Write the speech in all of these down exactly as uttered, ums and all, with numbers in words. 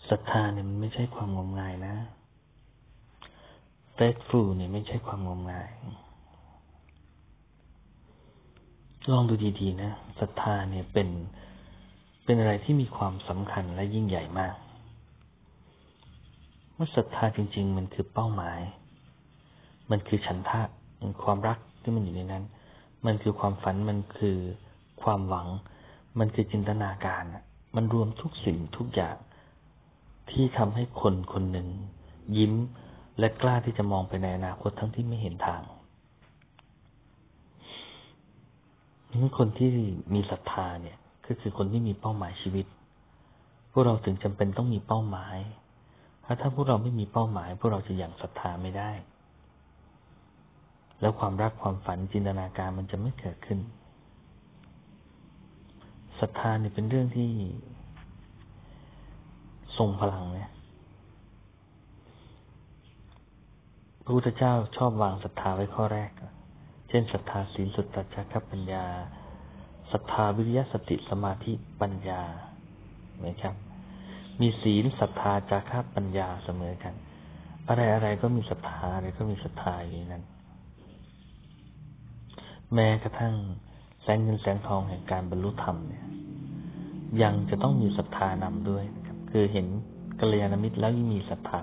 ศรัทธาเนี่ยมันไม่ใช่ความงมงายนะ faithful เนี่ยไม่ใช่ความงมงายลองดูดีๆนะศรัทธาเนี่ยเป็นเป็นอะไรที่มีความสำคัญและยิ่งใหญ่มากเมื่อศรัทธาจริงๆมันคือเป้าหมายมันคือฉันทะมันความรักที่มันอยู่ในนั้นมันคือความฝันมันคือความหวังมันคือจินตนาการมันรวมทุกสิ่งทุกอย่างที่ทำให้คนคนหนึ่งยิ้มและกล้าที่จะมองไปในอนาคตทั้งที่ไม่เห็นทางนี่คนที่มีศรัทธาเนี่ยก็คือคนที่มีเป้าหมายชีวิตพวกเราถึงจำเป็นต้องมีเป้าหมายถ้าถ้าพวกเราไม่มีเป้าหมายพวกเราจะยังศรัทธาไม่ได้แล้วความรักความฝันจินตนาการมันจะไม่เกิดขึ้นศรัทธาเนี่ยเป็นเรื่องที่ทรงพลังเนี่ยพระพุทธเจ้าชอบวางศรัทธาไว้ข้อแรกเช่นศรัทธาศีลสุตตะจาระปัญญาศรัทธาวิริยะสติสมาธิปัญญาเหมือนกันมีศีลศรัทธาจาระปัญญาเสมอกันอะไรอะไรก็มีศรัทธาอะไรก็มีศรัทธาอยู่นั้นแม้กระทั่งแสงเงินแสงทองแห่งการบรรลุธรรมเนี่ยยังจะต้องมีศรัทธานำด้วยนะครับคือเห็นกัลยาณมิตรแล้วยิ่งมีศรัทธา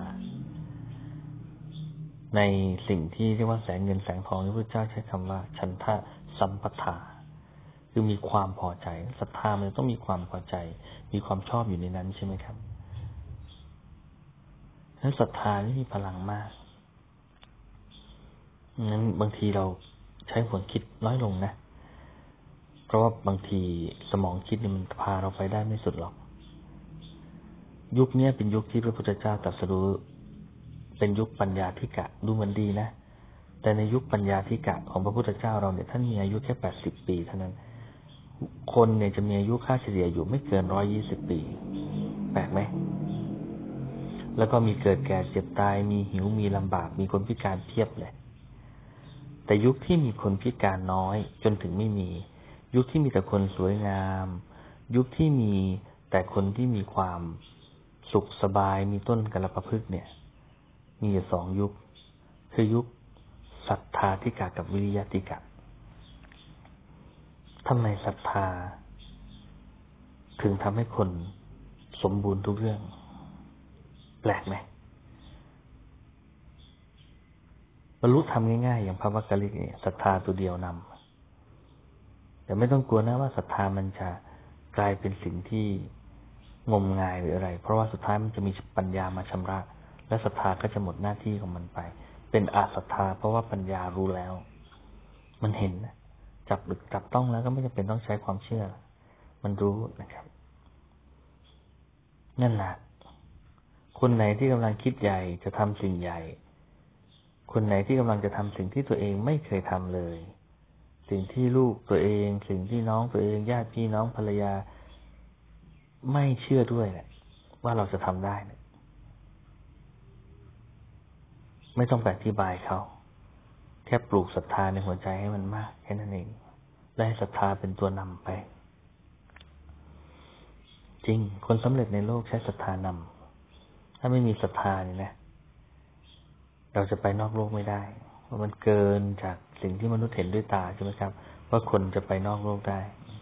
ในสิ่งที่เรียกว่าแสงเงินแสงทองที่พระเจ้าใช้คำว่าฉันทะสัมปทาคือมีความพอใจศรัทธามันต้องมีความพอใจมีความชอบอยู่ในนั้นใช่ไหมครับนั้นศรัทธานี่มีพลังมากนั้นบางทีเราใช้หัวคิดน้อยลงนะเพราะว่าบางทีสมองคิดนี่มันพาเราไปได้ไม่สุดหรอกยุคนี้เป็นยุคที่พระพุทธเจ้าตรัสรู้เป็นยุคปัญญาธิกะดูเหมือนดีนะแต่ในยุคปัญญาธิกะของพระพุทธเจ้าเราเนี่ยท่านมีอายุแค่แปดสิบปีเท่านั้นคนเนี่ยจะมีอายุค่าเฉลี่ยอยู่ไม่เกินหนึ่งร้อยยี่สิบปีแปลกไหมแล้วก็มีเกิดแก่เจ็บตายมีหิวมีลำบากมีคนพิการเพียบเลยแต่ยุคที่มีคนพิการน้อยจนถึงไม่มียุคที่มีแต่คนสวยงามยุคที่มีแต่คนที่มีความสุขสบายมีต้นกัลปพฤกษ์เนี่ยมีอยู่สองยุคคือยุคศรัทธาธิกะกับวิริยะธิกะทำไมศรัทธาถึงทำให้คนสมบูรณ์ทุกเรื่องแปลกไหมบรรลุธรรมง่ายๆอย่างพระวักกะลิกเนี่ยศรัทธาตัวเดียวนำแต่ไม่ต้องกลัวนะว่าศรัทธามันจะกลายเป็นสิ่งที่งมงายหรืออะไรเพราะว่าสุดท้ายมันจะมีปัญญามาชำระและศรัทธาก็จะหมดหน้าที่ของมันไปเป็นอศรัทธาเพราะว่าปัญญารู้แล้วมันเห็นจับดึกจับต้องแล้วก็ไม่จำเป็นต้องใช้ความเชื่อมันรู้นะครับนั่นแหละคนไหนที่กำลังคิดใหญ่จะทำสิ่งใหญ่คนไหนที่กำลังจะทำสิ่งที่ตัวเองไม่เคยทำเลยสิ่งที่ลูกตัวเองสิ่งที่น้องตัวเองญาติพี่น้องภรรยาไม่เชื่อด้วยแหละว่าเราจะทำได้เนี่ยไม่ต้องไปอธิบายเขาแค่ปลูกศรัทธาในหัวใจให้มันมากแค่นั้นเองและให้ศรัทธาเป็นตัวนำไปจริงคนสำเร็จในโลกใช้ศรัทธานำถ้าไม่มีศรัทธานี่นะเราจะไปนอกโลกไม่ได้เพราะมันเกินจากสิ่งที่มนุษย์เห็นด้วยตาใช่ไหมครับว่าคนจะไปนอกโลกได้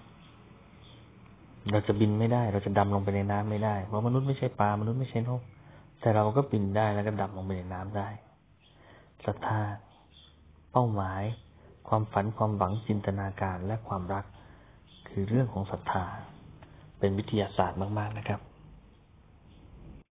เราจะบินไม่ได้เราจะดำลงไปในน้ำไม่ได้เพราะมนุษย์ไม่ใช่ปลามนุษย์ไม่ใช่นกแต่เราก็บินได้แล้วก็ดำลงไปในน้ำได้ศรัทธาเป้าหมายความฝันความหวังจินตนาการและความรักคือเรื่องของศรัทธาเป็นวิทยาศาสตร์มากๆนะครับ